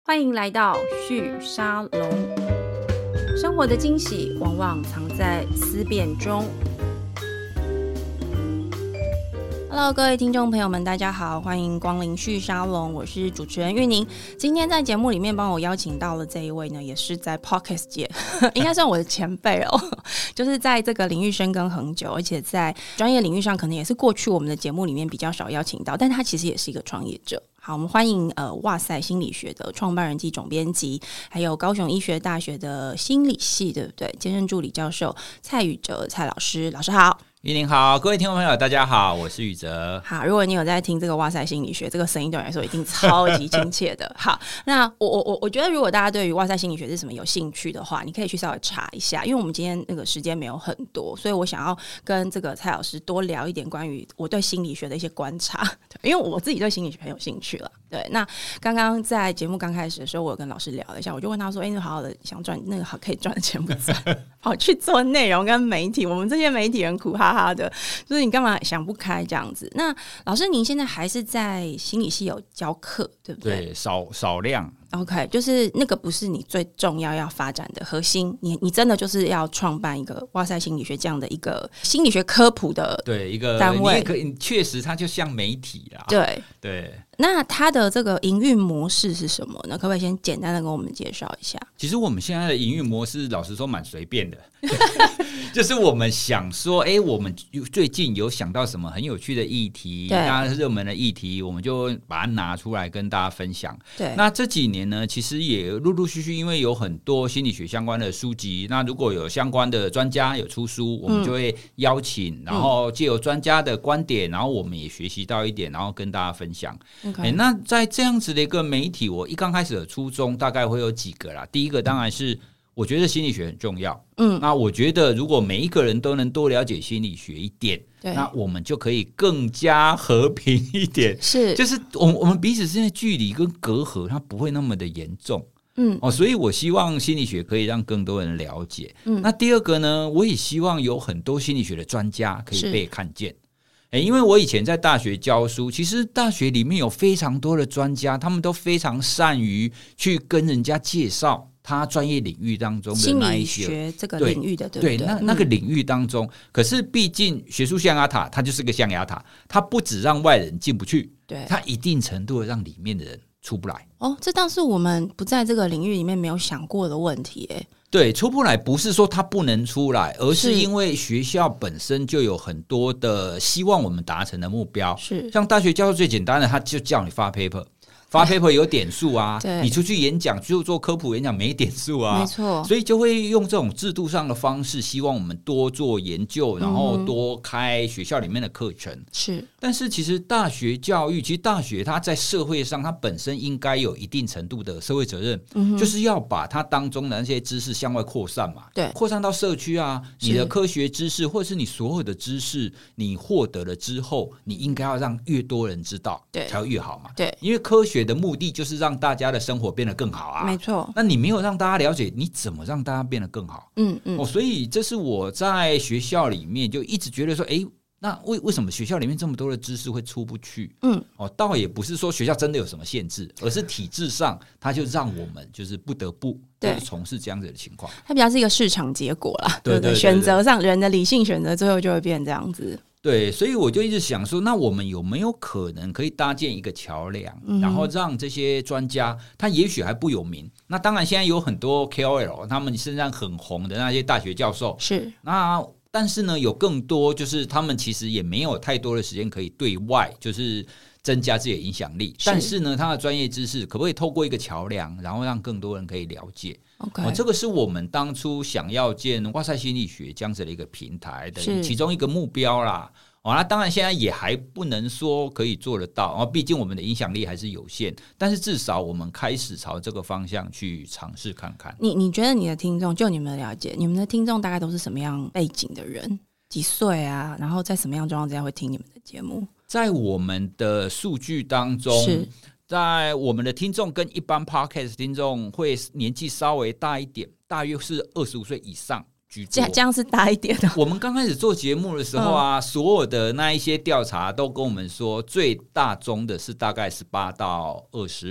欢迎来到旭沙龙。生活的惊喜往往藏在思辨中。Hello， 各位听众朋友们，大家好，欢迎光临旭沙龙，我是主持人玉宁。今天在节目里面帮我邀请到了这一位呢，也是在 Podcast 界应该算我的前辈哦，就是在这个领域深耕很久，而且在专业领域上可能也是过去我们的节目里面比较少邀请到，但他其实也是一个创业者。好，我们欢迎哇塞心理学的创办人暨总编辑，还有高雄医学大学的心理系，对不对？兼任助理教授蔡宇哲蔡老师，老师好。 玉宁好，各位听众朋友大家好，我是宇哲。 好，如果你有在听这个哇塞心理学，这个声音对我来说一定超级亲切的。好，那我觉得如果大家对于哇塞心理学是什么有兴趣的话，你可以去稍微查一下，因为我们今天那个时间没有很多，所以我想要跟这个蔡老师多聊一点关于我对心理学的一些观察，因为我自己对心理学很有兴趣了。对，那刚刚在节目刚开始的时候，我有跟老师聊了一下，我就问他说：“那好好的想赚那个好可以赚的钱不赚，跑去做内容跟媒体，我们这些媒体人苦哈哈的，就是你干嘛想不开这样子？”那老师，您现在还是在心理系有教课，对不对？ 对，少量。 OK， 就是那个不是你最重要发展的核心，你真的就是要创办一个哇塞心理学这样的一个心理学科普的对一个单位， 确实它就像媒体啦。对。 那它的这个营运模式是什么呢？可不可以先简单的跟我们介绍一下？ 其实我们现在的营运模式，老实说蛮随便的，就是我们想说，我们最近有想到什么很有趣的议题，当然热门的议题，我们就把它拿出来跟大家分享。 对， 那这几年呢，其实也陆陆续续，因为有很多心理学相关的书籍，那如果有相关的专家有出书，我们就会邀请，然后借由专家的观点，然后我们也学习到一点，然后跟大家分享。那在这样子的一个媒体，我一刚开始的初衷大概会有几个啦。第一个当然是我觉得心理学很重要，那我觉得如果每一个人都能多了解心理学一点，那我们就可以更加和平一点，就是我们彼此之间的距离跟隔阂它不会那么的严重。所以我希望心理学可以让更多人了解。那第二个呢，我也希望有很多心理学的专家可以被看见。因为我以前在大学教书，其实大学里面有非常多的专家，他们都非常善于去跟人家介绍他专业领域当中的那一些心理学这个领域的，对不对？ 对，那个领域当中，可是毕竟学术象牙塔，它就是个象牙塔，它不只让外人进不去，对，它一定程度的让里面的人出不来。 这倒是我们不在这个领域里面没有想过的问题。 对，出不来不是说他不能出来，而是因为学校本身就有很多的希望我们达成的目标。是，像大学教授最简单的，他就叫你发 paper 有点数啊，你出去演讲就做科普演讲没点数啊， 没错， 所以就会用这种制度上的方式，希望我们多做研究，然后多开学校里面的课程。是，但是其实大学教育，其实大学它在社会上，它本身应该有一定程度的社会责任，就是要把它当中的那些知识向外扩散嘛，对，扩散到社区啊，你的科学知识或者是你所有的知识，你获得了之后，你应该要让越多人知道，对，才会越好嘛，对，因为科学的目的就是让大家的生活变得更好啊，没错。那你没有让大家了解，你怎么让大家变得更好？所以这是我在学校里面就一直觉得说，那为什么学校里面这么多的知识会出不去？倒也不是说学校真的有什么限制，而是体制上它就让我们就是不得不从事这样子的情况。它比较是一个市场结果啦，对不对？选择上人的理性选择，最后就会变这样子。 对，所以我就一直想说，那我们有没有可能可以搭建一个桥梁，然后让这些专家，他也许还不有名，那当然现在有很多 KOL， 他们身上很红的那些大学教授，是那。但是呢，有更多就是他们其实也没有太多的时间可以对外就是增加自己的影响力，但是呢，他的专业知识可不可以透过一个桥梁，然后让更多人可以了解？这个是我们当初想要建哇塞心理学这样子的一个平台的其中一个目标啦。那当然现在也还不能说可以做得到，毕竟我们的影响力还是有限，但是至少我们开始朝这个方向去尝试看看。 你觉得你的听众，就你们的了解，你们的听众大概都是什么样背景的人？几岁啊？然后在什么样状况之下会听你们的节目？在我们的数据当中，在我们的听众跟一般 podcast 听众会年纪稍微大一点，大约是25岁以上。 这样是大一点的。 我们刚开始做节目的时候啊，所有的那一些调查都跟我们说，最大宗的是大概18到25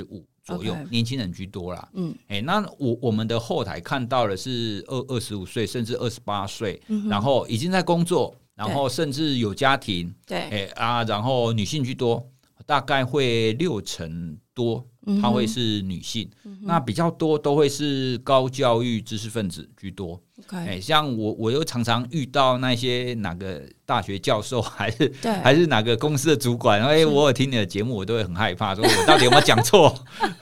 左右， Okay. 年轻人居多啦。那我们的后台看到的是25岁甚至28岁，然后已经在工作，然后甚至有家庭， 对， 然后女性居多，大概会60%多，她会是女性，那比较多都会是高教育知识分子居多。 Okay. 像我又常常遇到那些哪个大学教授还是哪个公司的主管，我有听你的节目，我都会很害怕，说我到底有没有讲错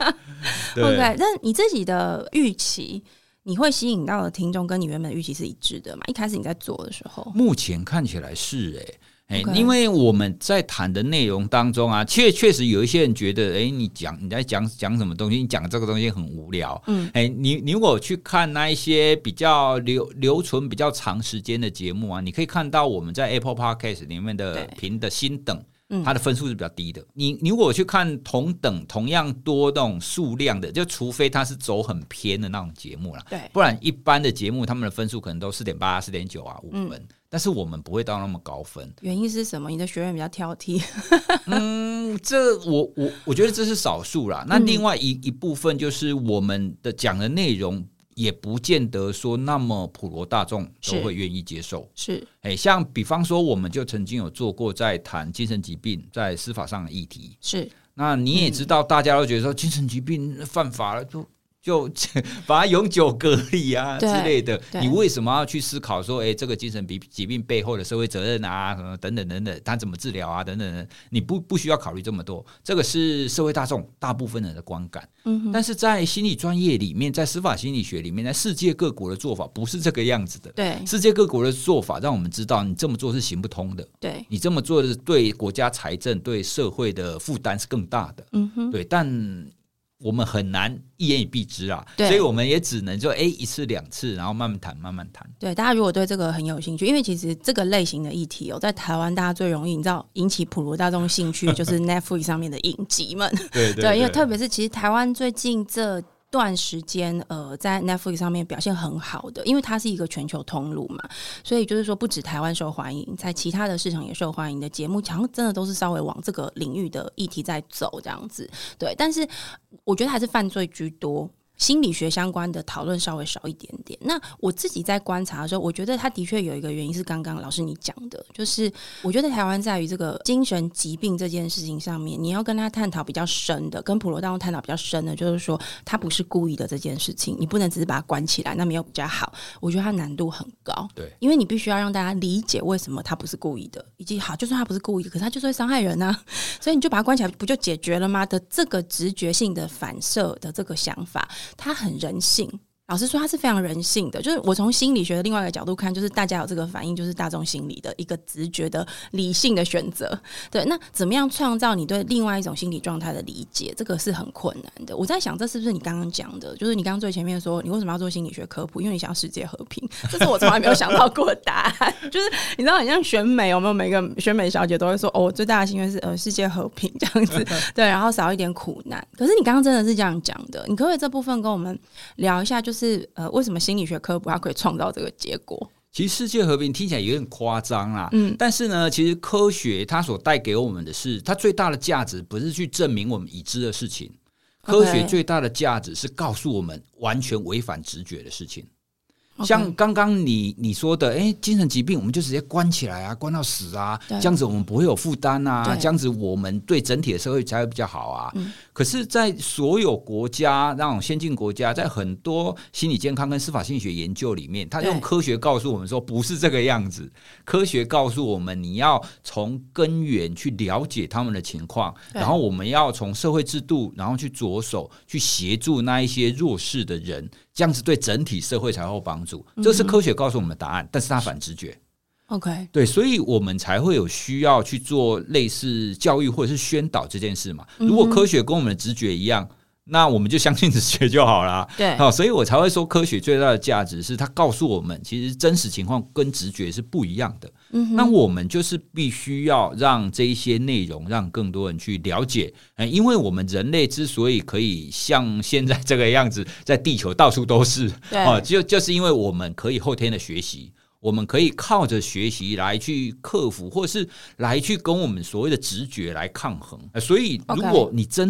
OK， 那你自己的预期，你会吸引到的听众跟你原本的预期是一致的吗？一开始你在做的时候， 目前看起来是 Okay. 因为我们在谈的内容当中啊，确实有一些人觉得，你在讲什么东西，你讲这个东西很无聊。你如果去看那一些比较留存比较长时间的节目啊，你可以看到我们在 Apple Podcast 里面的评的星等，它的分数是比较低的。你如果去看同样多那种数量的，就除非它是走很偏的那种节目啦，不然一般的节目他们的分数可能都 4.8 4.9 啊5分。但是我们不会到那么高分， 原因是什么？你的学员比较挑剔。 这我觉得这是少数啦。那另外一部分就是我们的讲的内容也不见得说那么普罗大众都会愿意接受。 是， 像比方说，我们就曾经有做过在谈精神疾病在司法上的议题。 是， 那你也知道，大家都觉得说精神疾病犯法了，就把它永久隔离啊之类的，你为什么要去思考说，这个精神疾病背后的社会责任啊，什么等等等等，它怎么治疗啊，等等，你不需要考虑这么多，这个是社会大众大部分人的观感。但是在心理专业里面，在司法心理学里面，在世界各国的做法不是这个样子的。 对， 世界各国的做法让我们知道，你这么做是行不通的。 对， 你这么做的对国家财政、对社会的负担是更大的。对，但我们很难一言以蔽之啊，所以我们也只能就一次两次，然后慢慢谈慢慢谈。 对，大家如果对这个很有兴趣，因为其实这个类型的议题在台湾大家最容易你知道引起普罗大众兴趣就是 Netflix 上面的影集们。对，因为特别是其实台湾最近这段时间在 Netflix 上面表现很好的，因为它是一个全球通路嘛，所以就是说不止台湾受欢迎，在其他的市场也受欢迎的节目好像真的都是稍微往这个领域的议题在走这样子。对，但是我觉得还是犯罪居多，心理学相关的讨论稍微少一点点。那我自己在观察的时候，我觉得它的确有一个原因是刚刚老师你讲的，就是我觉得台湾在于这个精神疾病这件事情上面，你要跟他探讨比较深的，跟普罗大众探讨比较深的，就是说他不是故意的这件事情，你不能只是把他关起来，那没有比较好。我觉得它难度很高， 对， 因为你必须要让大家理解为什么他不是故意的，以及好，就算他不是故意的，可是他就是会伤害人啊，所以你就把他关起来不就解决了吗？的这个直觉性的反射的这个想法，它很人性。老实说它是非常人性的，就是我从心理学的另外一个角度看，就是大家有这个反应，就是大众心理的一个直觉的理性的选择。对，那怎么样创造你对另外一种心理状态的理解，这个是很困难的。我在想这是不是你刚刚讲的，就是你刚刚最前面说你为什么要做心理学科普，因为你想要世界和平，这是我从来没有想到过的答案。就是你知道很像选美，有没有每个选美小姐都会说我最大的心愿是世界和平这样子。对，然后少一点苦难。可是你刚刚真的是这样讲的，你可不可以这部分跟我们聊一下，就是为什么心理学科普它可以创造这个结果？ 其实世界和平听起来有点夸张啦，但是呢，其实科学它所带给我们的是，它最大的价值不是去证明我们已知的事情，科学最大的价值是告诉我们完全违反直觉的事情。像刚刚你说的，精神疾病我们就直接关起来啊，关到死啊，这样子我们不会有负担啊，这样子我们对整体的社会才会比较好啊。可是在所有国家那种先进国家，在很多心理健康跟司法心理学研究里面，他用科学告诉我们说不是这个样子，科学告诉我们你要从根源去了解他们的情况，然后我们要从社会制度然后去着手去协助那一些弱势的人，这样子对整体社会才会有帮助。这是科学告诉我们的答案，但是它反直觉。 OK， 对，所以我们才会有需要去做类似教育或者是宣导这件事嘛。如果科学跟我们的直觉一样，那我们就相信直觉就好了。 对， 所以我才会说科学最大的价值是它告诉我们，其实真实情况跟直觉是不一样的。那我们就是必须要让这一些内容让更多人去了解，因为我们人类之所以可以像现在这个样子，在地球到处都是，就是因为我们可以后天的学习。我们可以靠着学习来去克服，或是来去跟我们所谓的直觉来抗衡。所以如果你真的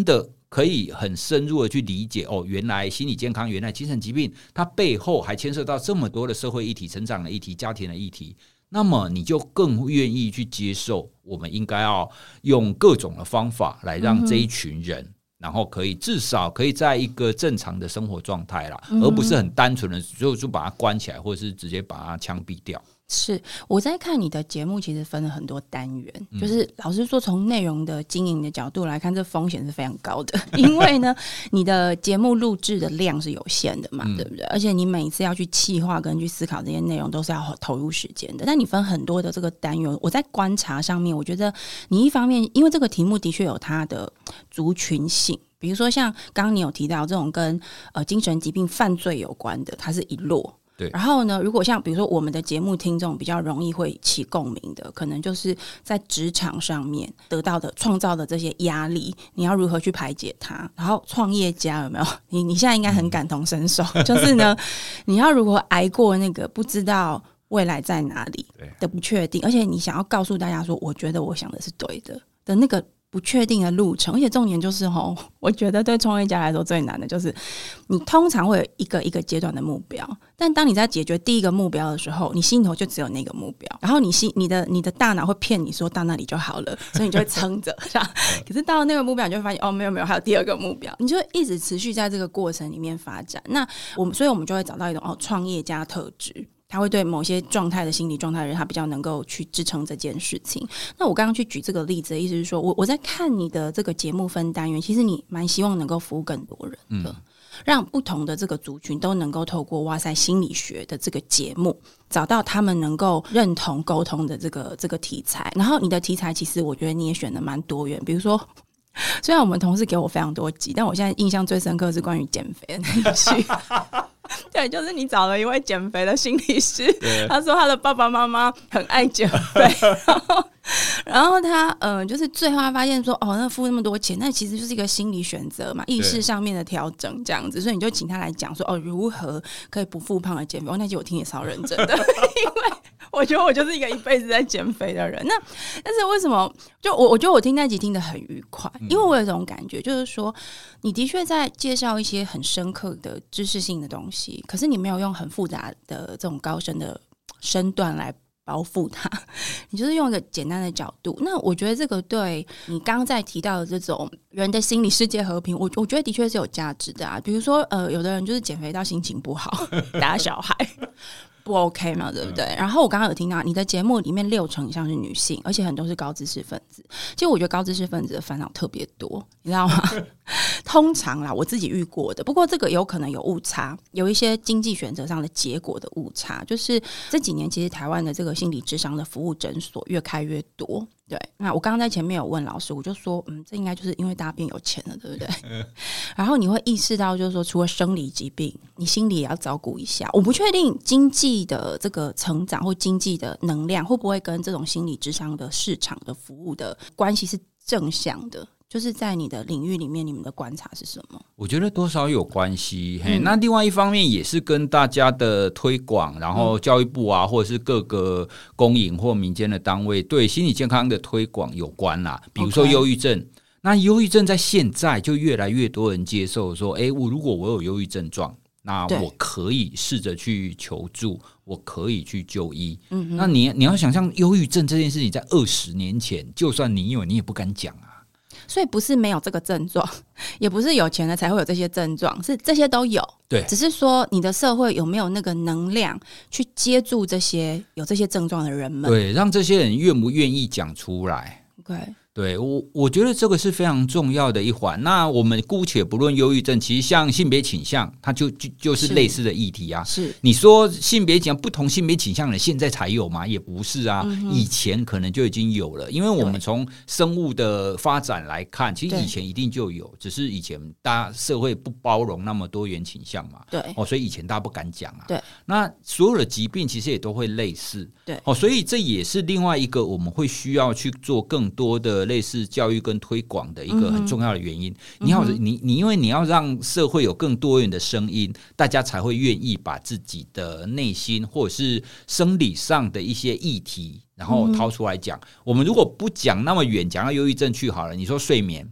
可以很深入的去理解原来心理健康，原来精神疾病它背后还牵涉到这么多的社会议题、成长的议题、家庭的议题，那么你就更愿意去接受我们应该要用各种的方法来让这一群人然后至少可以在一个正常的生活状态啦，而不是很单纯的就把它关起来，或者是直接把它枪毙掉。 是我在看你的节目，其实分了很多单元，就是老实说，从内容的经营的角度来看，这风险是非常高的，因为呢，你的节目录制的量是有限的嘛，对不对？而且你每一次要去企划跟去思考这些内容，都是要投入时间的。但你分很多的这个单元，我在观察上面，我觉得你一方面，因为这个题目的确有它的族群性。比如说像刚刚你有提到这种跟精神疾病犯罪有关的，它是一落。 对， 然后呢，如果像比如说我们的节目听众比较容易会起共鸣的，可能就是在职场上面得到的创造的这些压力，你要如何去排解它？然后创业家有没有？你现在应该很感同身受，就是呢，你要如何挨过那个不知道未来在哪里的不确定，而且你想要告诉大家说，我觉得我想的是对的那个不确定的路程。而且重点就是我觉得对创业家来说最难的就是你通常会有一个阶段的目标，但当你在解决第一个目标的时候，你心头就只有那个目标，然后你的大脑会骗你说到那里就好了，所以你就会撑着可是到那个目标你就会发现没有还有第二个目标，你就会一直持续在这个过程里面发展。那所以我们就会找到一种创业家特质，他会对某些状态的心理状态的人，他比较能够去支撑这件事情。那我刚刚去举这个例子的意思是说，我在看你的这个节目分单元，其实你蛮希望能够服务更多人的，让不同的这个族群都能够透过哇塞心理学的这个节目，找到他们能够认同沟通的这个题材。然后你的题材其实我觉得你也选的蛮多元，比如说虽然我们同事给我非常多集，但我现在印象最深刻是关于减肥的那一集对，就是你找了一位减肥的心理师，他说他的爸爸妈妈很爱减肥然后他就是最后他发现说那付那么多钱，那其实就是一个心理选择嘛，意识上面的调整这样子，所以你就请他来讲说如何可以不复胖的减肥。那集我听也超认真的因为我觉得我就是一个一辈子在减肥的人。但是为什么就我觉得我听那集听得很愉快，因为我有一种感觉，就是说你的确在介绍一些很深刻的知识性的东西，可是你没有用很复杂的这种高深的身段来包覆它，你就是用一个简单的角度。那我觉得这个对你刚刚在提到的这种人的心理世界和平，我觉得的确是有价值的啊。比如说有的人就是减肥到心情不好打小孩不 OK 嘛，对不对？然后我刚刚有听到你的节目里面60%以上是女性，而且很多是高知识分子。其实我觉得高知识分子的烦恼特别多，你知道吗？通常啦，我自己遇过的，不过这个有可能有误差，有一些经济选择上的结果的误差。就是这几年其实台湾的这个心理咨商的服务诊所越开越多。对，那我刚刚在前面有问老师，我就说这应该就是因为大家变有钱了，对不对？然后你会意识到就是说除了生理疾病，你心理也要照顾一下。我不确定经济的这个成长或经济的能量会不会跟这种心理咨商的市场的服务的关系是正向的，就是在你的领域里面，你们的观察是什么？ 我觉得多少有关系。那另外一方面也是跟大家的推广，然后教育部啊，或者是各个公营或民间的单位对心理健康的推广有关啦。比如说忧郁症，那忧郁症在现在就越来越多人接受说，如果我有忧郁症状，那我可以试着去求助，我可以去就医。那你要想象忧郁症这件事情在20年前，就算你有，你也不敢讲啊。 所以不是没有这个症状，也不是有钱的才会有这些症状，是这些都有。 对， 只是说你的社会有没有那个能量去接住这些有这些症状的人们， 对，让这些人愿不愿意讲出来。对，我觉得这个是非常重要的一环。那我们姑且不论忧郁症，其实像性别倾向，它就是类似的议题啊。 是你说性别倾向，不同性别倾向的人现在才有吗？也不是啊，以前可能就已经有了。因为我们从生物的发展来看，其实以前一定就有，只是以前大家社会不包容那么多元倾向嘛。 对， 所以以前大家不敢讲啊。 对， 那所有的疾病其实也都会类似。 对， 所以这也是另外一个我们会需要去做更多的类似教育跟推广的一个很重要的原因。你因为你要让社会有更多元的声音，大家才会愿意把自己的内心或者是生理上的一些议题然后掏出来讲。我们如果不讲那么远，讲到忧郁症去好了，你说睡眠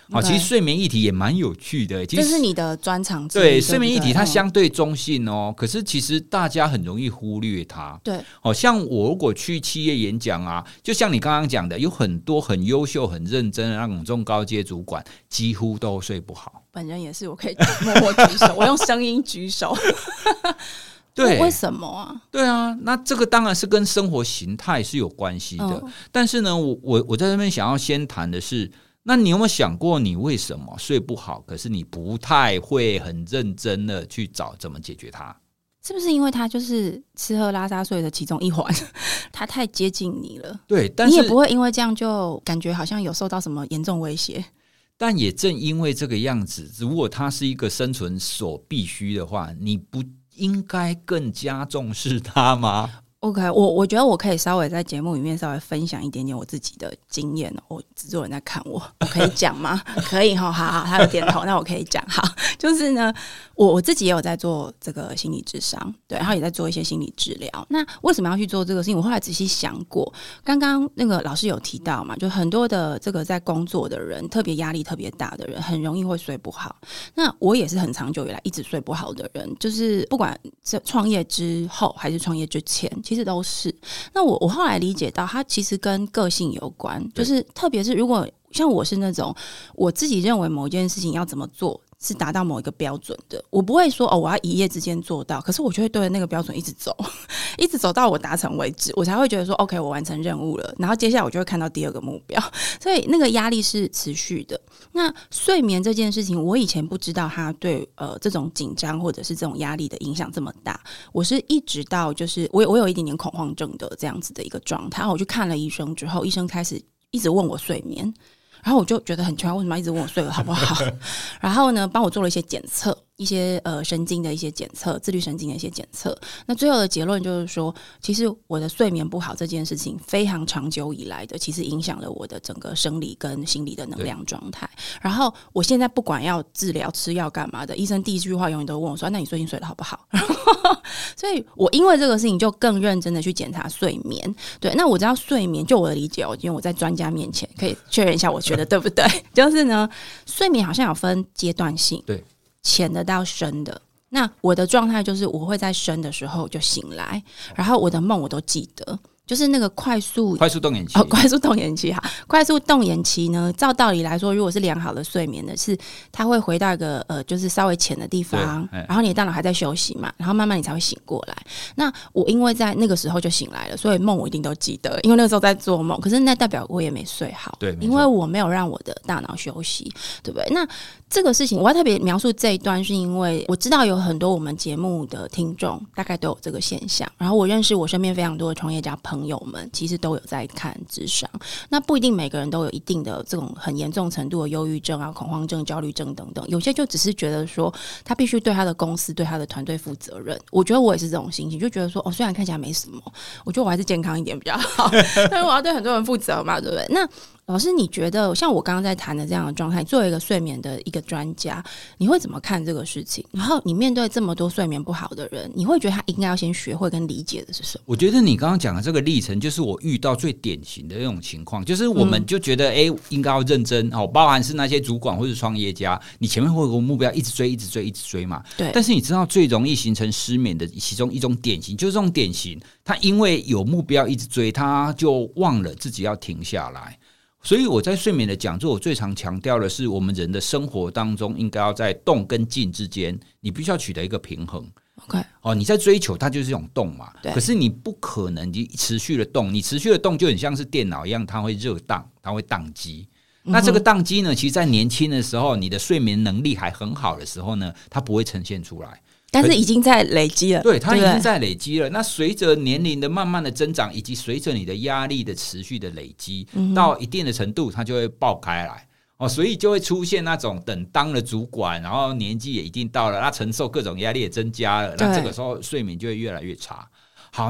好，其实睡眠议题也蛮有趣的， 这是你的专长之一。 对，睡眠议题它相对中性哦，可是其实大家很容易忽略它。 对， 好像我如果去企业演讲啊，就像你刚刚讲的，有很多很优秀、很认真的那种中高阶主管，几乎都睡不好。 本人也是，我可以默默举手，我用声音举手。 对， 为什么啊？ 对啊，那这个当然是跟生活形态是有关系的。但是呢，我在这边想要先谈的是，那你有没有想过，你为什么睡不好？可是你不太会很认真的去找怎么解决它？ 是不是因为它就是吃喝拉撒睡的其中一环？它太接近你了。 对，但是你也不会因为这样就感觉好像有受到什么严重威胁。 但也正因为这个样子，如果它是一个生存所必须的话，你不应该更加重视它吗？ OK， 我觉得我可以稍微在节目里面稍微分享一点点我自己的经验哦。我制作人在看我可以讲吗？可以哈，好，他有点头，那我可以讲。好，就是呢，我自己也有在做这个心理咨商，对，然后也在做一些心理治疗。那为什么要去做这个事情？我后来仔细想过，刚刚那个老师有提到嘛，就很多的这个在工作的人，特别压力特别大的人，很容易会睡不好。那我也是很长久以来一直睡不好的人，就是不管是创业之后还是创业之前。其实都是。那我后来理解到，它其实跟个性有关，就是特别是如果像我是那种我自己认为某一件事情要怎么做是达到某一个标准的，我不会说我要一夜之间做到，可是我就会对着那个标准一直走，一直走到我达成为止，我才会觉得说 OK 我完成任务了，然后接下来我就会看到第二个目标，所以那个压力是持续的。那睡眠这件事情，我以前不知道它对这种紧张或者是这种压力的影响这么大，我是一直到就是我有一点点恐慌症的这样子的一个状态，我去看了医生之后，医生开始一直问我睡眠。然后我就觉得很奇怪，为什么要一直问我睡得好不好？然后呢，帮我做了一些检测，一些神经的一些检测，自律神经的一些检测。那最后的结论就是说，其实我的睡眠不好这件事情非常长久以来的，其实影响了我的整个生理跟心理的能量状态。然后我现在不管要治疗、吃药干嘛的，医生第一句话永远都问我说：“那你最近睡得好不好？”所以我因为这个事情就更认真的去检查睡眠。对，那我知道睡眠，就我的理解哦，因为我在专家面前可以确认一下，我觉得对不对？就是呢，睡眠好像有分阶段性， 对， 浅的到深的。那我的状态就是我会在深的时候就醒来，然后我的梦我都记得。就是那个快速动眼期快速动眼期哈，快速动眼期呢，照道理来说，如果是良好的睡眠的，是它会回到一个就是稍微浅的地方，然后你的大脑还在休息嘛，然后慢慢你才会醒过来。那我因为在那个时候就醒来了，所以梦我一定都记得，因为那个时候在做梦。可是那代表我也没睡好， 对， 因为我没有让我的大脑休息，对不对？那这个事情我要特别描述这一段，是因为我知道有很多我们节目的听众大概都有这个现象，然后我认识我身边非常多的创业家朋友们，其实都有在看諮商。那不一定每个人都有一定的这种很严重程度的忧郁症啊、恐慌症、焦虑症等等，有些就只是觉得说他必须对他的公司、对他的团队负责任。我觉得我也是这种心情，就觉得说虽然看起来没什么，我觉得我还是健康一点比较好，但是我要对很多人负责嘛，对不对？那老师，你觉得像我刚刚在谈的这样的状态，作为一个睡眠的一个专家，你会怎么看这个事情？然后你面对这么多睡眠不好的人，你会觉得他应该要先学会跟理解的是什么？ 我觉得你刚刚讲的这个历程，就是我遇到最典型的那种情况，就是我们就觉得应该要认真包含是那些主管或是创业家，你前面会有个目标，一直追一直追一直追嘛。 对。 但是你知道最容易形成失眠的其中一种典型，就是这种典型，他因为有目标一直追，他就忘了自己要停下来。所以我在睡眠的讲座，我最常强调的是，我们人的生活当中应该要在动跟静之间，你必须要取得一个平衡。 OK， 你在追求它就是一种动嘛， 对。 可是你不可能你持续的动，你持续的动就很像是电脑一样，它会热宕，它会宕机。那这个宕机呢，其实在年轻的时候，你的睡眠能力还很好的时候呢，它不会呈现出来。 但是已经在累积了， 对，它已经在累积了。那随着年龄的慢慢的增长，以及随着你的压力的持续的累积，到一定的程度，它就会爆开来。所以就会出现那种等当了主管，然后年纪也一定到了，那承受各种压力也增加了，那这个时候睡眠就会越来越差。好，那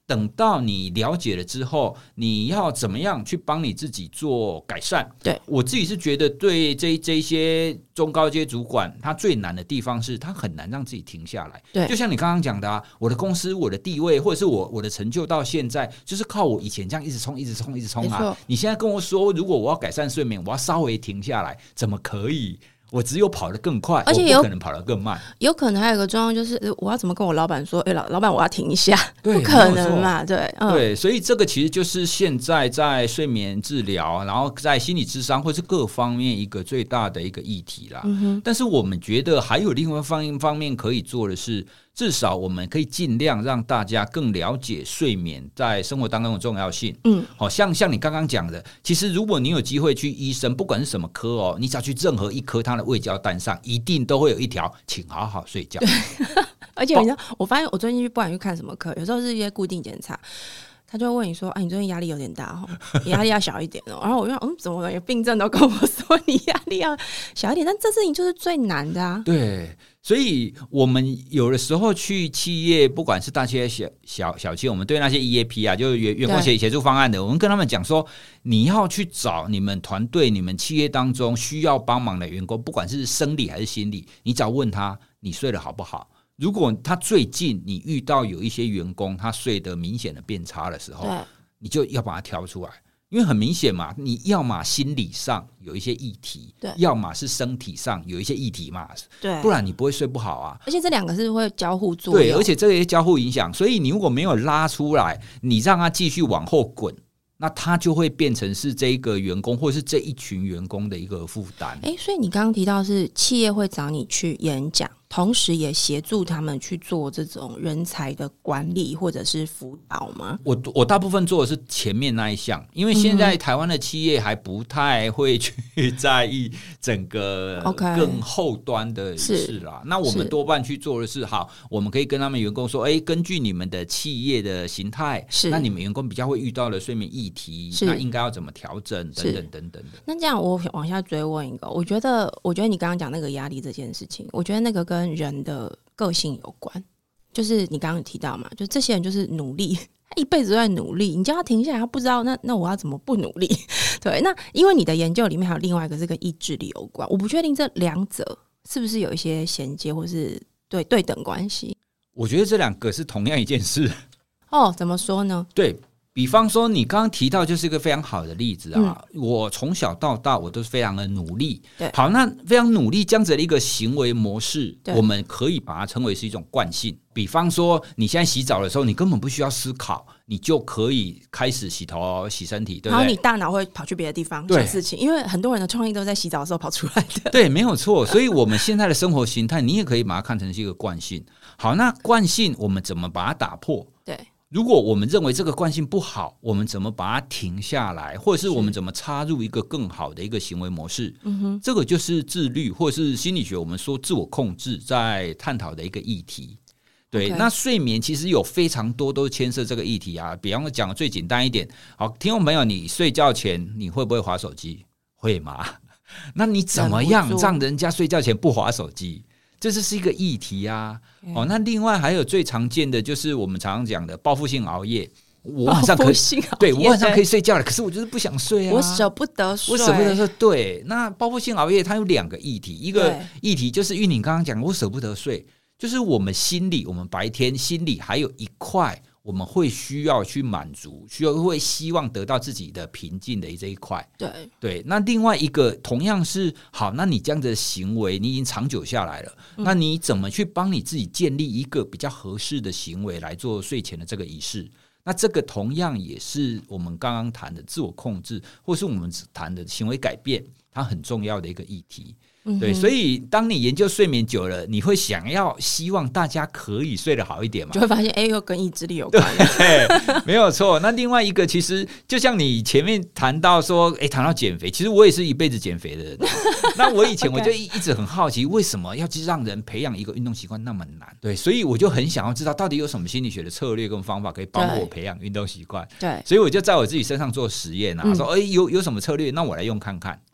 等到你了解了之后，你要怎么样去帮你自己做改善？ 对， 我自己是觉得对这些中高阶主管，他最难的地方是他很难让自己停下来。 对， 就像你刚刚讲的啊，我的公司、我的地位，或者是我的成就到现在，就是靠我以前这样一直冲、一直冲、一直冲啊。你现在跟我说，如果我要改善睡眠，我要稍微停下来，怎么可以？我只有跑得更快，而且不可能跑得更慢。 有可能还有一个状况就是，我要怎么跟我老板说？老板，我要停一下，不可能嘛？对， 对，所以这个其实就是现在在睡眠治疗，然后在心理咨商或是各方面一个最大的一个议题啦。但是我们觉得还有另外一方面可以做的是，至少我们可以尽量让大家更了解睡眠在生活当中的重要性。好像你刚刚讲的，其实如果你有机会去医生，不管是什么科哦，你只要去任何一科，他的卫教单上一定都会有一条，请好好睡觉。 而且你知道，我发现我最近不管去看什么科，有时候是一些固定检查。他就会问你说：“你最近压力有点大哦，你压力要小一点哦。”然后我就怎么了？有病症都跟我说你压力要小一点，但这事情就是最难的啊。 对，所以我们有的时候去企业，不管是大企业、小企业，我们对那些 EAP 啊，就是员工协助方案的，我们跟他们讲说，你要去找你们团队、你们企业当中需要帮忙的员工，不管是生理还是心理，你只要问他你睡得好不好。如果他最近你遇到有一些员工他睡得明显的变差的时候，你就要把他挑出来，因为很明显嘛，你要嘛心理上有一些议题，要么是身体上有一些议题嘛，对，不然你不会睡不好啊。而且这两个是会交互作用， 对，而且这些交互影响，所以你如果没有拉出来，你让他继续往后滚，那他就会变成是这一个员工或是这一群员工的一个负担。 所以你刚刚提到是企业会找你去演讲，同时也协助他们去做这种人才的管理或者是辅导吗？ 我大部分做的是前面那一项，因为现在台湾的企业还不太会去在意整个更后端的事啦。那我们多半去做的是，好，我们可以跟他们员工说，根据你们的企业的形态，那你们员工比较会遇到的睡眠议题，那应该要怎么调整等等等等的。 那这样我往下追问一个，我觉得你刚刚讲那个压力这件事情，我觉得那个跟人的个性有关，就是你刚刚有提到嘛，就这些人就是努力，他一辈子都在努力，你叫他停下来，他不知道那我要怎么不努力？对，那因为你的研究里面还有另外一个是跟意志力有关，我不确定这两者是不是有一些衔接或是对等关系。 我觉得这两个是同样一件事。 怎么说呢？ 对，比方说你刚刚提到就是一个非常好的例子啊，我从小到大我都是非常的努力。好，那非常努力这样子的一个行为模式，我们可以把它称为是一种惯性。比方说你现在洗澡的时候，你根本不需要思考，你就可以开始洗头洗身体，对不对？ 然后你大脑会跑去别的地方想事情，因为很多人的创意都在洗澡的时候跑出来的。 对，没有错。所以我们现在的生活形态你也可以把它看成是一个惯性。好，那惯性我们怎么把它打破？ 对， 如果我们认为这个惯性不好，我们怎么把它停下来，或者是我们怎么插入一个更好的一个行为模式？这个就是自律或者是心理学我们说自我控制在探讨的一个议题。对，那睡眠其实有非常多都牵涉这个议题啊。比方说讲的最简单一点，好，听众朋友，你睡觉前你会不会滑手机？会吗？那你怎么样让人家睡觉前不滑手机？这是一个议题啊。那另外还有最常见的就是我们常常讲的报复性熬夜。我晚上可以对，我晚上可以睡觉了，可是我就是不想睡啊， 我舍不得睡。 对，那报复性熬夜它有两个议题，一个议题就是玉宁刚刚讲我舍不得睡，就是我们心里，我们白天心里还有一块我们会需要去满足，会希望得到自己的平静的这一块。对，那另外一个同样是好，那你这样的行为你已经长久下来了，那你怎么去帮你自己建立一个比较合适的行为来做睡前的这个仪式？那这个同样也是我们刚刚谈的自我控制，或是我们谈的行为改变，它很重要的一个议题。对，所以当你研究睡眠久了，你会希望大家可以睡得好一点嘛， 就会发现又跟意志力有关。 对，没有错。那另外一个其实就像你前面谈到说谈到减肥，其实我也是一辈子减肥的人。那我以前我就一直很好奇，为什么要去让人培养一个运动习惯那么难？对，所以我就很想要知道到底有什么心理学的策略跟方法可以帮我培养运动习惯。 对， 所以我就在我自己身上做实验啊，说有什么策略，那我来用看看。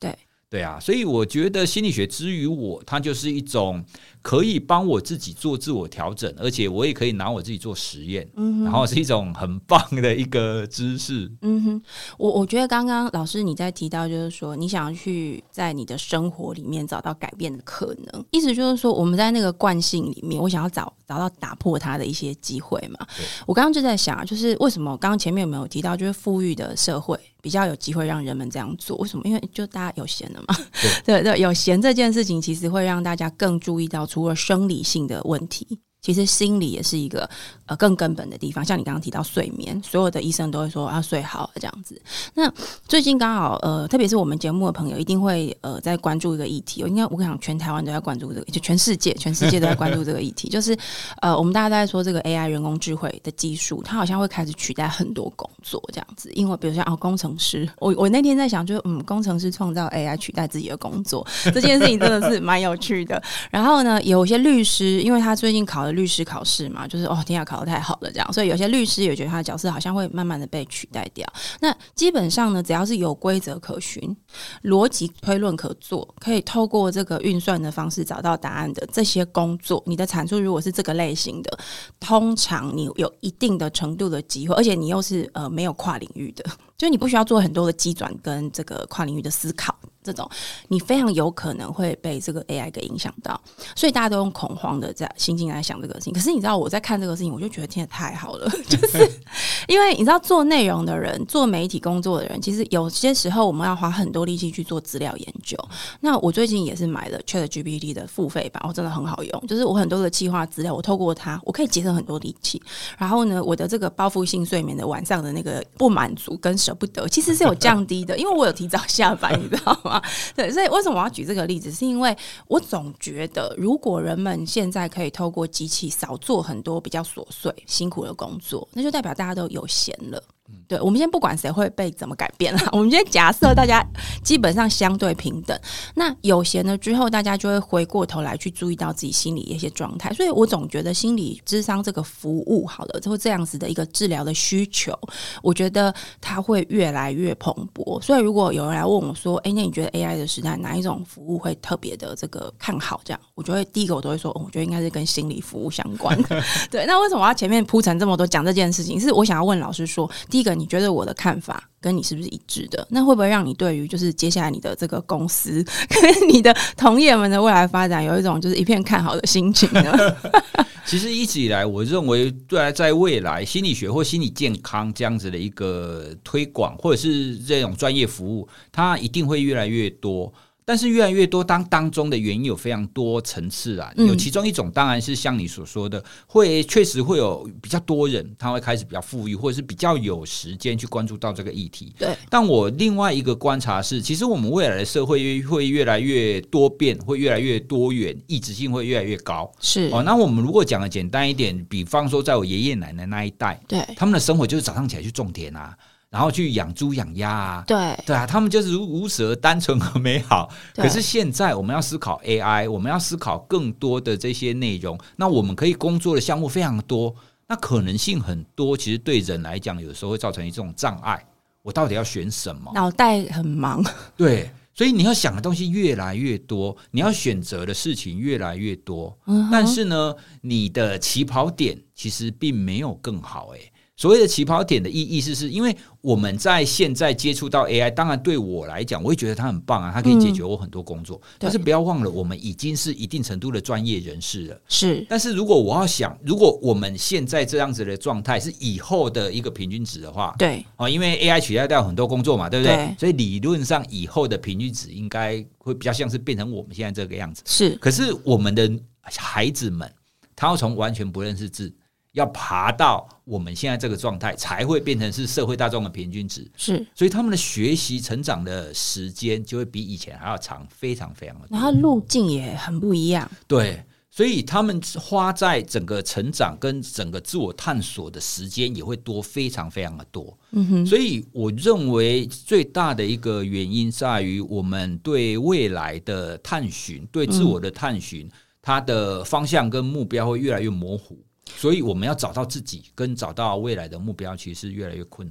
对啊，所以我觉得心理学之于我，它就是一种可以帮我自己做自我调整，而且我也可以拿我自己做实验，然后是一种很棒的一个知识。 我觉得刚刚老师你在提到，就是说你想要去在你的生活里面找到改变的可能，意思就是说我们在那个惯性里面，我想要找到打破它的一些机会嘛。我刚刚就在想，就是为什么刚刚前面有没有提到，就是富裕的社会比较有机会让人们这样做？为什么？因为就大家有闲了嘛。对，有闲这件事情，其实会让大家更注意到，除了生理性的问题，其实心理也是一个更根本的地方。像你刚刚提到睡眠，所有的医生都会说要睡好这样子。那最近刚好特别是我们节目的朋友一定会在关注一个议题，我想全台湾都在关注这个，就全世界都在关注这个议题，就是我们大家都在说这个 AI 人工智慧的技术，它好像会开始取代很多工作这样子。因为比如像工程师，我那天在想，就是工程师创造 AI 取代自己的工作这件事情真的是蛮有趣的。然后呢，有些律师，因为他最近考律师考试嘛，就是天啊，考得太好了这样，所以有些律师也觉得他的角色好像会慢慢的被取代掉。那基本上呢，只要是有规则可循、逻辑推论可做，可以透过这个运算的方式找到答案的这些工作，你的产出如果是这个类型的，通常你有一定的程度的机会，而且你又是没有跨领域的，就是你不需要做很多的机转跟这个跨领域的思考，这种你非常有可能会被这个 AI 给影响到，所以大家都用恐慌的心境来想这个事情。可是你知道我在看这个事情，我就觉得天啊太好了，就是因为你知道做内容的人、做媒体工作的人，其实有些时候我们要花很多力气去做资料研究。那我最近也是买了 ChatGPT 的付费版，真的很好用，就是我很多的企划资料，我透过它，我可以节省很多力气。然后呢，我的这个报复性睡眠的晚上的那个不满足跟舍不得，其实是有降低的，因为我有提早下班，你知道吗？对，所以为什么我要举这个例子，是因为我总觉得如果人们现在可以透过机器少做很多比较琐碎辛苦的工作，那就代表大家都有闲了。对，我们先不管谁会被怎么改变啦，我们先假设大家基本上相对平等，那有闲了之后，大家就会回过头来去注意到自己心理的一些状态。所以我总觉得心理諮商这个服务好了，就这样子的一个治疗的需求，我觉得它会越来越蓬勃。所以如果有人来问我说那你觉得 AI 的时代哪一种服务会特别的这个看好，这样我就会第一个我都会说我觉得应该是跟心理服务相关的对，那为什么我要前面铺陈这么多讲这件事情，是我想要问老师说，第一个你觉得我的看法跟你是不是一致的？那会不会让你对于就是接下来你的这个公司跟你的同业们的未来发展有一种就是一片看好的心情呢？ 其实一直以来我认为在未来心理学或心理健康这样子的一个推广或者是这种专业服务，它一定会越来越多。但是越来越多当中的原因有非常多层次啊，有其中一种当然是像你所说的，确实会有比较多人他会开始比较富裕，或者是比较有时间去关注到这个议题。 对。 但我另外一个观察是，其实我们未来的社会会越来越多变，会越来越多元，异质性会越来越高。 是那我们如果讲的简单一点，比方说在我爷爷奶奶那一代， 对， 他们的生活就是早上起来去种田啊，然后去养猪养鸭啊， 对啊，他们就是如此而单纯和美好。可是现在我们要思考 AI， 我们要思考更多的这些内容，那我们可以工作的项目非常多，那可能性很多，其实对人来讲有时候会造成一种障碍，我到底要选什么？ 脑袋很忙。 对，所以你要想的东西越来越多，你要选择的事情越来越多，但是呢，你的起跑点其实并没有更好。所谓的起跑点的意思是因为我们在现在接触到 AI， 当然对我来讲我会觉得它很棒啊，它可以解决我很多工作，但是不要忘了我们已经是一定程度的专业人士了。 是， 但是如果我要想，如果我们现在这样子的状态是以后的一个平均值的话， 对， 因为 AI 取代掉很多工作嘛，对不对？ 对， 所以理论上以后的平均值应该会比较像是变成我们现在这个样子。 是， 可是我们的孩子们，他要从完全不认识字，要爬到我们现在这个状态，才会变成是社会大众的平均值。 是， 所以他们的学习成长的时间就会比以前还要长，非常非常的多， 然后路径也很不一样。 对，所以他们花在整个成长跟整个自我探索的时间也会多，非常非常的多。所以我认为最大的一个原因在于我们对未来的探寻，对自我的探寻，它的方向跟目标会越来越模糊。所以我们要找到自己跟找到未来的目标其实是越来越困难的。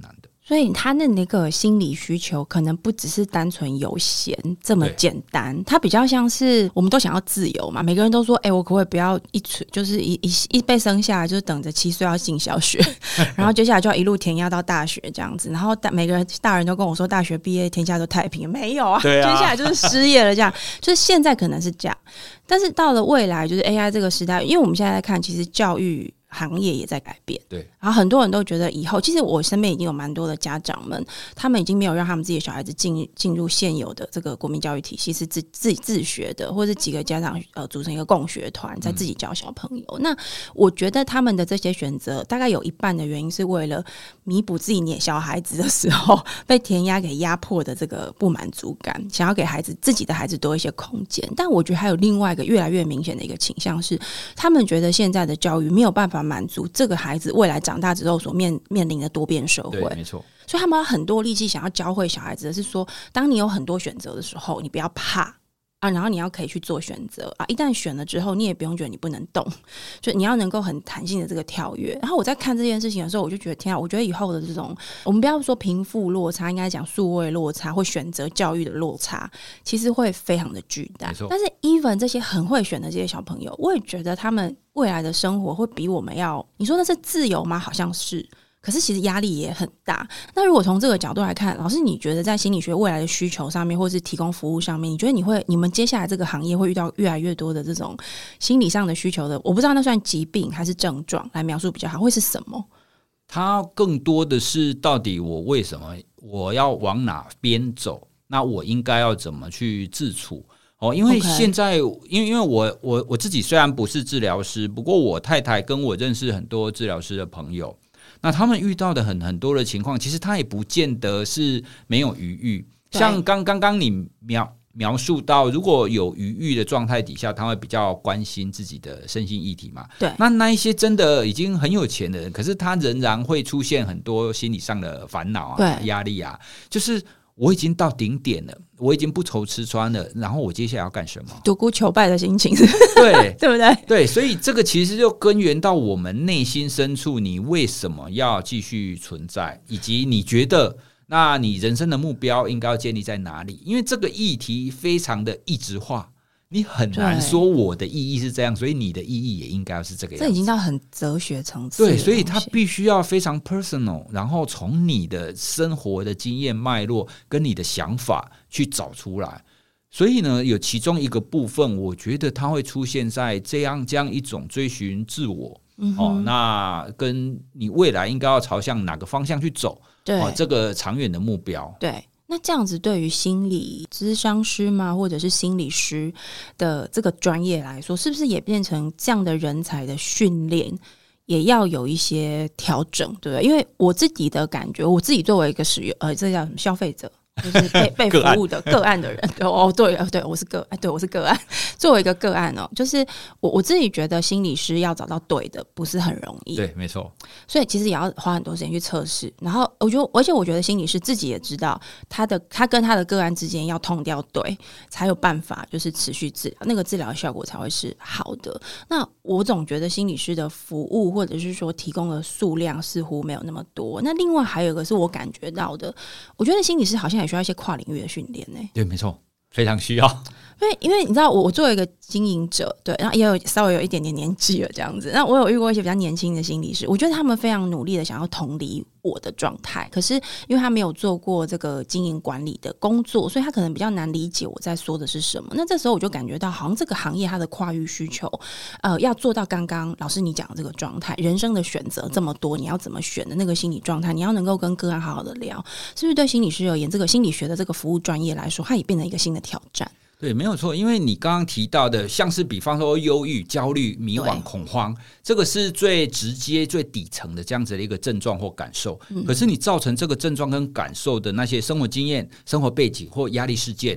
所以他的那个心理需求可能不只是单纯有闲这么简单，他比较像是我们都想要自由嘛，每个人都说我可不可以不要就是一被生下来就是等着7岁要进小学然后接下来就要一路填鸭到大学这样子，然后每个人大人都跟我说大学毕业天下都太平，没有啊，接下来就是失业了这样就是现在可能是这样，但是到了未来就是 AI 这个时代，因为我们现在在看其实教育行业也在改变，对，然后很多人都觉得以后，其实我身边已经有蛮多的家长们，他们已经没有让他们自己的小孩子进入现有的这个国民教育体系，是自己自学的，或者几个家长组成一个共学团，在自己教小朋友。那我觉得他们的这些选择，大概有一半的原因是为了弥补自己小孩子的时候被填鸭给压迫的这个不满足感，想要给自己的孩子多一些空间。但我觉得还有另外一个越来越明显的一个倾向是，他们觉得现在的教育没有办法满足这个孩子未来长大之后所面临的多变社会， 对，没错。 所以他们有很多力气想要教会小孩子的是说，当你有很多选择的时候，你不要怕啊，然后你要可以去做选择啊，一旦选了之后，你也不用觉得你不能动，就你要能够很弹性的这个跳跃。然后我在看这件事情的时候，我就觉得天啊，我觉得以后的这种，我们不要说贫富落差，应该讲数位落差或选择教育的落差，其实会非常的巨大。但是 even 这些很会选的这些小朋友，我也觉得他们未来的生活会比我们要，你说那是自由吗？好像是。可是其实压力也很大。那如果从这个角度来看，老师你觉得在心理学未来的需求上面，或是提供服务上面，你觉得你们接下来这个行业会遇到越来越多的这种心理上的需求的，我不知道那算疾病还是症状来描述比较好，会是什么？ 它更多的是到底我为什么我要往哪边走，那我应该要怎么去自处。因为现在因为我自己虽然不是治疗师，不过我太太跟我认识很多治疗师的朋友，那他们遇到的很多的情况，其实他也不见得是没有余裕。像刚刚你描述到，如果有余裕的状态底下，他会比较关心自己的身心议题嘛？对。那一些真的已经很有钱的人，可是他仍然会出现很多心理上的烦恼啊、压力啊，就是我已经到顶点了，我已经不愁吃穿了，然后我接下来要干什么？独孤求败的心情，对对不对？对，所以这个其实就根源到我们内心深处，你为什么要继续存在，以及你觉得那你人生的目标应该要建立在哪里？因为这个议题非常的异质化，你很难说我的意义是这样，所以你的意义也应该要是这个样子。这已经到很哲学层次。对，所以它必须要非常 personal， 然后从你的生活的经验脉络跟你的想法去找出来。所以呢，有其中一个部分，我觉得它会出现在这样一种追寻自我。那跟你未来应该要朝向哪个方向去走？对，这个长远的目标。对。那这样子对于心理咨商师嘛，或者是心理师的这个专业来说，是不是也变成这样的人才的训练也要有一些调整，对不对？因为我自己的感觉，我自己作为一个这叫什么消费者，就是被服务的个案的人对，我是个案。作为一个个案就是我自己觉得心理师要找到对的不是很容易，对，没错。所以其实也要花很多时间去测试。然后而且我觉得心理师自己也知道，他跟他的个案之间要痛调对，才有办法就是持续治疗，那个治疗效果才会是好的。那我总觉得心理师的服务或者是说提供的数量似乎没有那么多。那另外还有一个是我感觉到的，我觉得心理师好像也需要一些跨领域的训练对，没错，非常需要。因为你知道我作为一个经营者，对，然后也有稍微有一点点年纪了这样子，那我有遇过一些比较年轻的心理师，我觉得他们非常努力的想要同理我的状态，可是因为他没有做过这个经营管理的工作，所以他可能比较难理解我在说的是什么。那这时候我就感觉到好像这个行业它的跨域需求要做到刚刚老师你讲的这个状态，人生的选择这么多，你要怎么选的那个心理状态，你要能够跟个案好好的聊，是不是对心理师而言，这个心理学的这个服务专业来说，它也变成一个新的挑战？对，没有错，因为你刚刚提到的像是比方说忧郁、焦虑、迷惘、恐慌，这个是最直接最底层的这样子的一个症状或感受，可是你造成这个症状跟感受的那些生活经验、生活背景或压力事件，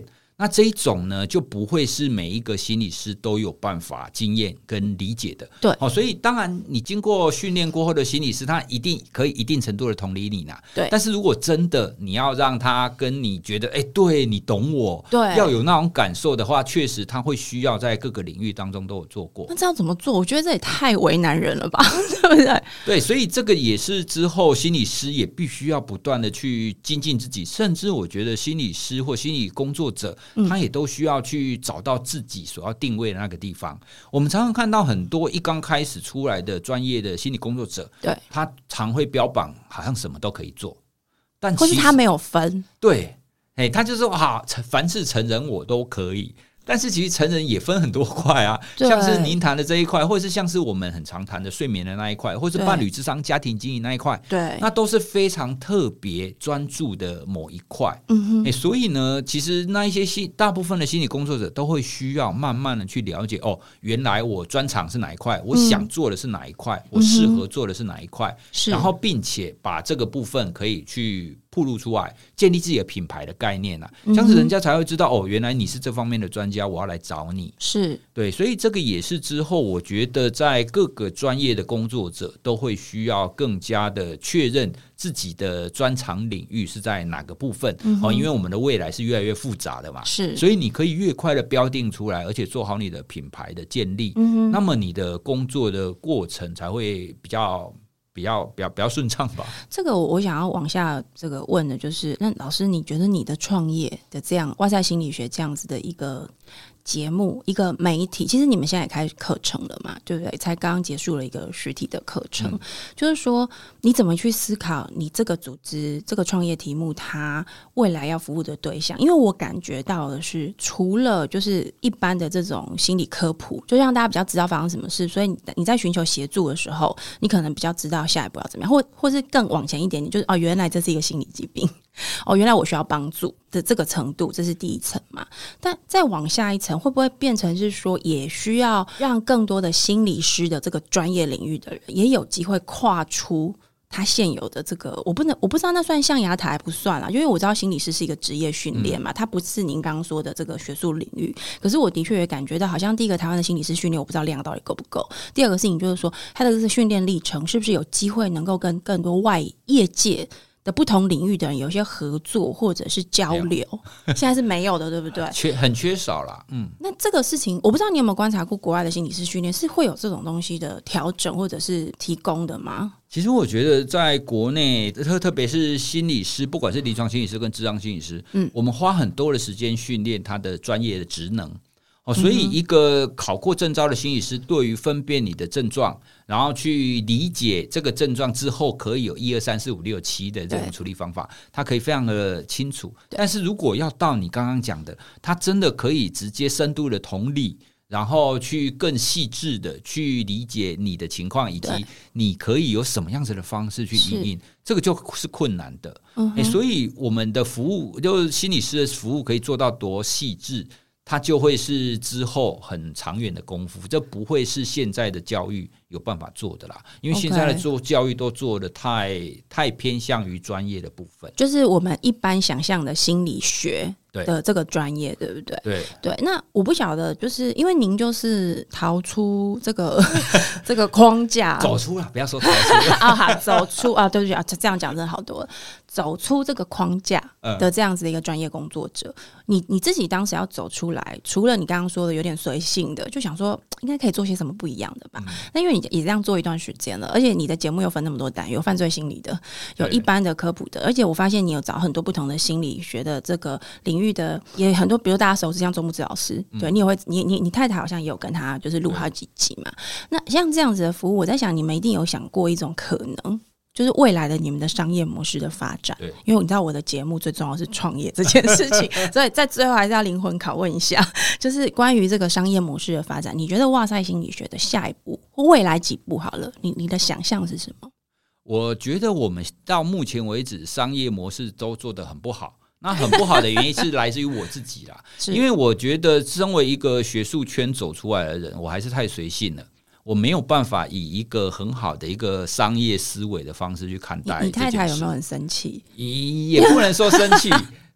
那这一种呢，就不会是每一个心理师都有办法经验跟理解的。 对， 所以当然你经过训练过后的心理师，他一定可以一定程度的同理你啦。 对， 但是如果真的你要让他跟你觉得，对你懂我， 对， 要有那种感受的话，确实他会需要在各个领域当中都有做过。 那这样怎么做？我觉得这也太为难人了吧，对不对？ 对，所以这个也是之后心理师也必须要不断的去精进自己，甚至我觉得心理师或心理工作者，他也都需要去找到自己所要定位的那个地方。我们常常看到很多一刚开始出来的专业的心理工作者， 对， 他常会标榜好像什么都可以做，但或是他没有分， 对，他就说凡是成人我都可以。但是其实成人也分很多块啊，像是您谈的这一块，或者是像是我们很常谈的睡眠的那一块，或是伴侣諮商家庭经营那一块， 对， 那都是非常特别专注的某一块。所以呢，其实那一些大部分的心理工作者都会需要慢慢的去了解，原来我专长是哪一块，我想做的是哪一块，我适合做的是哪一块，然后并且把这个部分可以去暴露出来，建立自己的品牌的概念啊，这样子人家才会知道原来你是这方面的专家，我要来找你。 是， 对，所以这个也是之后我觉得在各个专业的工作者都会需要更加的确认自己的专长领域是在哪个部分。因为我们的未来是越来越复杂的嘛，是，所以你可以越快的标定出来，而且做好你的品牌的建立，那么你的工作的过程才会比较顺畅吧。 这个我想要往下这个问的就是，那老师你觉得你的创业的这样哇塞心理学这样子的一个节目一个媒体，其实你们现在也开课程了嘛，对不对？才刚刚结束了一个实体的课程，就是说你怎么去思考你这个组织这个创业题目它未来要服务的对象。因为我感觉到的是，除了就是一般的这种心理科普，就让大家比较知道发生什么事，所以你在寻求协助的时候，你可能比较知道下一步要怎么样，或是更往前一点，就是原来这是一个心理疾病，原来我需要帮助的这个程度，这是第一层嘛。但再往下一层，会不会变成是说，也需要让更多的心理师的这个专业领域的人，也有机会跨出他现有的这个，我不知道那算象牙塔还不算啦，因为我知道心理师是一个职业训练嘛，它不是您刚刚说的这个学术领域。可是我的确也感觉到，好像第一个台湾的心理师训练，我不知道量到底够不够。第二个事情就是说，他的这个训练历程是不是有机会能够跟更多业界的不同领域的人有一些合作或者是交流，现在是没有的，对不对？ 很缺少啦。 那这个事情，我不知道你有没有观察过国外的心理师训练，是会有这种东西的调整或者是提供的吗？ 其实我觉得在国内，特别是心理师，不管是临床心理师跟諮商心理师，我们花很多的时间训练他的专业的职能。所以一个考过证照的心理师，对于分辨你的症状，然后去理解这个症状之后可以有1、2、3、4、5、6、7的这种处理方法，他可以非常的清楚。但是如果要到你刚刚讲的，他真的可以直接深度的同理，然后去更细致的去理解你的情况，以及你可以有什么样子的方式去因应，这个就是困难的。所以我们的服务，就是心理师的服务可以做到多细致，它就会是之后很长远的功夫，这不会是现在的教育有办法做的啦。因为现在的做教育都做的太偏向于专业的部分，就是我们一般想象的心理学的这个专业，对不对？对。那我不晓得，就是因为您就是逃出这个这个框架， 走出了，不要说逃出走出对不起这样讲真的好多了。走出这个框架的这样子的一个专业工作者，你自己当时要走出来，除了你刚刚说的有点随性的，就想说应该可以做些什么不一样的吧？那因为你也这样做一段时间了，而且你的节目又分那么多单，有犯罪心理的，有一般的科普的，而且我发现你有找很多不同的心理学的这个领域的，也很多，比如大家熟知像周牧之老师，对，你也会，你太太好像也有跟他就是录好几集嘛。那像这样子的服务，我在想你们一定有想过一种可能，就是未来的你们的商业模式的发展。因为你知道我的节目最重要是创业这件事情，所以在最后还是要灵魂拷问一下，就是关于这个商业模式的发展，你觉得哇塞心理学的下一步或未来几步好了，你的想象是什么？ 我觉得我们到目前为止商业模式都做得很不好，那很不好的原因是来自于我自己啦因为我觉得身为一个学术圈走出来的人，我还是太随性了，我没有办法以一个很好的一个商业思维的方式去看待。 你太太有没有很生气？ 也不能说生气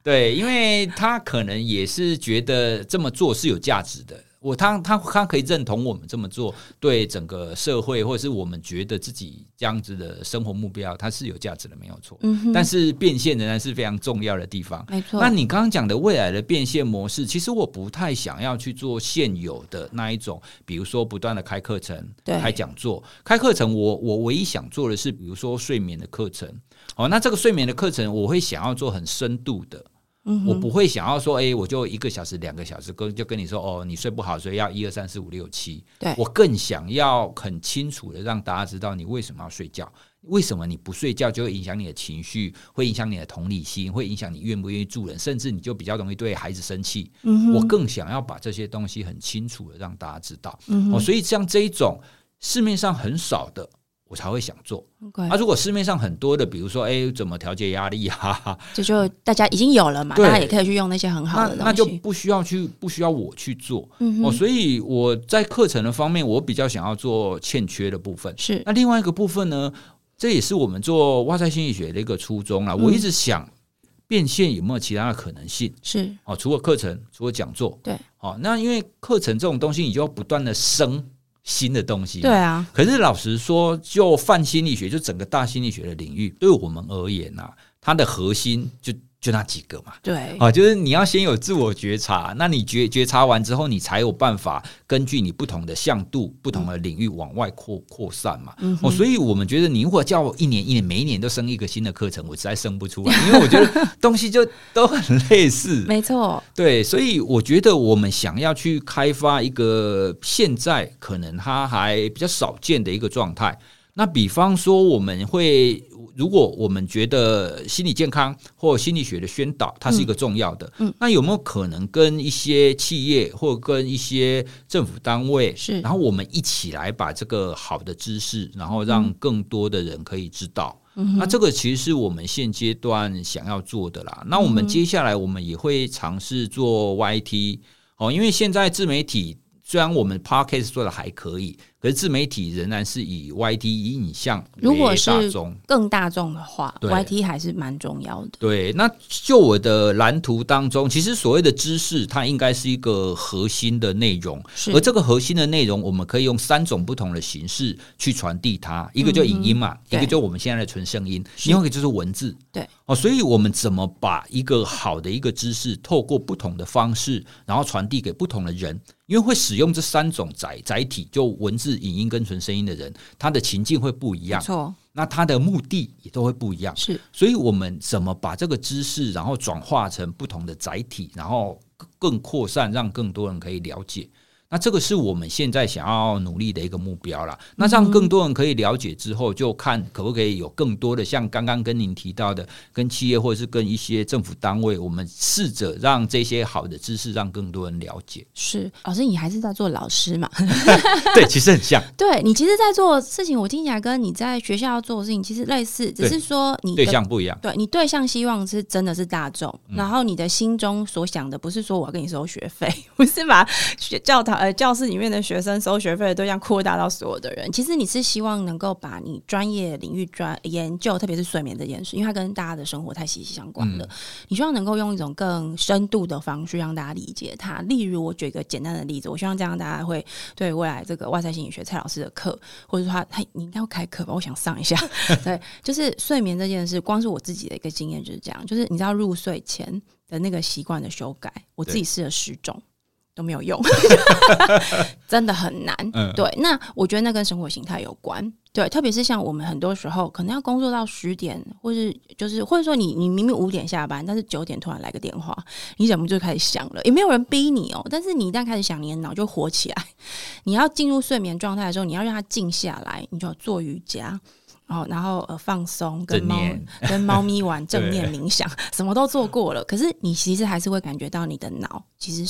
对，因为他可能也是觉得这么做是有价值的。他可以认同我们这么做对整个社会或者是我们觉得自己这样子的生活目标它是有价值的，没有错。但是变现仍然是非常重要的地方， 没错。 那你刚刚讲的未来的变现模式，其实我不太想要去做现有的那一种，比如说不断的开课程、开讲座。开课程我唯一想做的是比如说睡眠的课程。那这个睡眠的课程我会想要做很深度的，我不会想要说我就1个小时2个小时就跟你说你睡不好所以要1 2 3 4 5 6 7。我更想要很清楚的让大家知道你为什么要睡觉，为什么你不睡觉就会影响你的情绪，会影响你的同理心，会影响你愿不愿意助人，甚至你就比较容易对孩子生气。我更想要把这些东西很清楚的让大家知道。所以像这一种市面上很少的我才会想做。如果市面上很多的比如说怎么调节压力啊， 这就大家已经有了嘛，大家也可以去用那些很好的东西， 那就不需要我去做。所以我在课程的方面我比较想要做欠缺的部分。是，那另外一个部分呢，这也是我们做哇塞心理学的一个初衷啦。我一直想变现有没有其他的可能性，是除了课程除了讲座。对，那因为课程这种东西你就要不断的生新的东西。对啊，可是老实说就泛心理学就整个大心理学的领域对我们而言它的核心就那几个嘛。对，就是你要先有自我觉察，那你觉察完之后你才有办法根据你不同的向度不同的领域往外扩散嘛。所以我们觉得你如果叫我一年每一年都生一个新的课程我实在生不出来，因为我觉得东西就都很类似。没错，对，所以我觉得我们想要去开发一个现在可能它还比较少见的一个状态。那比方说我们会，如果我们觉得心理健康或心理学的宣导它是一个重要的，那有没有可能跟一些企业或跟一些政府单位，然后我们一起来把这个好的知识然后让更多的人可以知道。那这个其实是我们现阶段想要做的啦。那我们接下来我们也会尝试做 YT， 因为现在自媒体虽然我们 Podcast 做的还可以，可是自媒体仍然是以 YT 以影像为大众。如果是更大众的话 YT 还是蛮重要的。 对，那就我的蓝图当中其实所谓的知识它应该是一个核心的内容，而这个核心的内容我们可以用3种不同的形式去传递它。一个就影音嘛，一个就我们现在的纯声音，另外一个就是文字。对，所以我们怎么把一个好的一个知识透过不同的方式然后传递给不同的人，因为会使用这3种载体，就文字、影音跟纯声音的人，他的情境会不一样。没错，那他的目的也都会不一样。是，所以我们怎么把这个知识然后转化成不同的载体，然后更扩散，让更多人可以了解。那这个是我们现在想要努力的一个目标啦。那让更多人可以了解之后，就看可不可以有更多的像刚刚跟您提到的，跟企业或者是跟一些政府单位，我们试着让这些好的知识让更多人了解。是， 老师你还是在做老师嘛？ 对，其实很像。 对，你其实在做事情，我听起来跟你在学校做的事情其实类似，只是说你的对象不一样。 对，你对象希望是真的是大众，然后你的心中所想的不是说我要跟你收学费，不是把教室里面的学生收学费的对象扩大到所有的人。其实你是希望能够把你专业领域研究，特别是睡眠这件事，因为它跟大家的生活太息息相关了。你希望能够用一种更深度的方式让大家理解它。例如我举一个简单的例子，我希望这样大家会对未来这个哇塞心理学蔡老师的课，或者说你应该会开课吧，我想上一下。对，就是睡眠这件事，光是我自己的一个经验就是这样，就是你知道入睡前的那个习惯的修改，我自己试了10种都没有用。真的很难。对，那我觉得那跟生活形态有关。对，特别是像我们很多时候可能要工作到10点，或者说你明明5点下班，但是9点突然来个电话，你忍不住就开始想了，也没有人逼你但是你一旦开始想，你的脑就活起来。你要进入睡眠状态的时候，你要让它静下来，你就要做瑜伽，然后放松，跟猫咪玩正念冥想，什么都做过了，可是你其实还是会感觉到你的脑其实是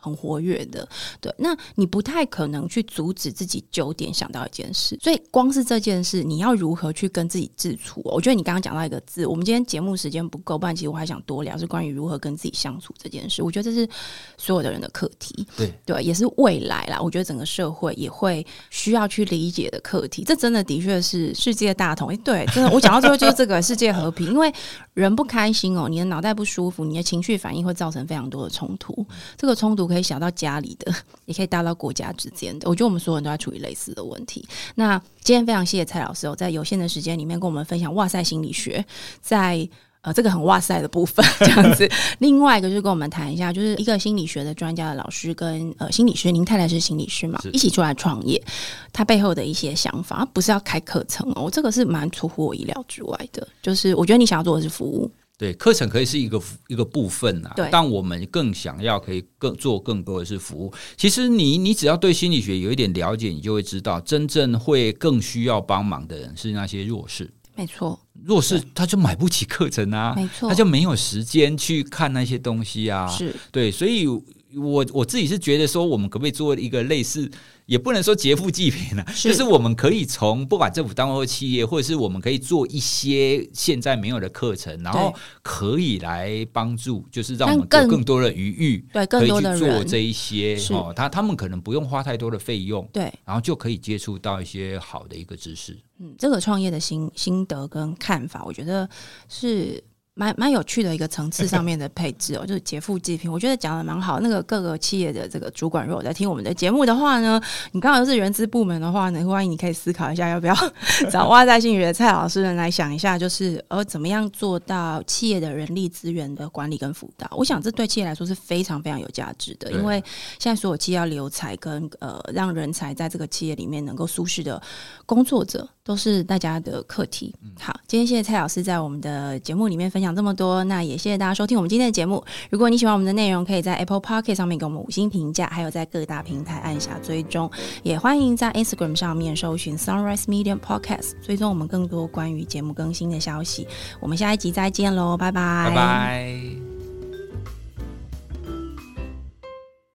很活跃的。对，那你不太可能去阻止自己9点想到一件事，所以光是这件事你要如何去跟自己自处，我觉得你刚刚讲到一个字，我们今天节目时间不够，不然其实我还想多聊，是关于如何跟自己相处这件事。我觉得这是所有的人的课题，对，也是未来啦，我觉得整个社会也会需要去理解的课题。这真的的确是世界大同，对，真的我讲到最后就是这个世界和平，因为人不开心你的脑袋不舒服，你的情绪反应会造成非常多的冲突，这个冲突可以小到家里的，也可以大到国家之间的。我觉得我们所有人都在处理类似的问题。那今天非常谢谢蔡老师在有限的时间里面跟我们分享哇塞心理学在这个很哇塞的部分这样子。另外一个就是跟我们谈一下，就是一个心理学的专家的老师跟心理师，您太太是心理师嘛，一起出来创业，他背后的一些想法，不是要开课程这个是蛮出乎我意料之外的。就是我觉得你想要做的是服务， 对，课程可以是一个部分啊，但我们更想要可以做更多的是服务。其实你只要对心理学有一点了解，你就会知道，真正会更需要帮忙的人是那些弱势。 没错， 弱势他就买不起课程啊， 没错， 他就没有时间去看那些东西啊。 是， 对，所以我自己是觉得说，我们可不可以做一个类似，也不能说劫富济贫啊，就是我们可以从不管政府单位或企业，或者是我们可以做一些现在没有的课程，然后可以来帮助，就是让我们有更多的余裕， 对，更多的人可以去做这一些他们可能不用花太多的费用， 对， 然后就可以接触到一些好的一个知识。 这个创业的心得跟看法，我觉得是蛮有趣的一个层次上面的配置就是劫富济贫，我觉得讲的蛮好。那个各个企业的这个主管如果在听我们的节目的话呢，你刚好又是人资部门的话呢，欢迎你可以思考一下要不要找哇塞心理学的蔡老师来想一下，就是怎么样做到企业的人力资源的管理跟辅导。我想这对企业来说是非常非常有价值的，因为现在所有企业要留才跟让人才在这个企业里面能够舒适的工作者，都是大家的课题。好，今天谢谢蔡老师在我们的节目里面分享这么多，那也谢谢大家收听我们今天的节目。如果你喜欢我们的内容，可以在 Apple Podcast 上面给我们5星评价，还有在各大平台按下追踪，也欢迎在 Instagram 上面搜寻 Sunrise Medium Podcast 追踪我们更多关于节目更新的消息。我们下一集再见咯，拜拜， 拜拜。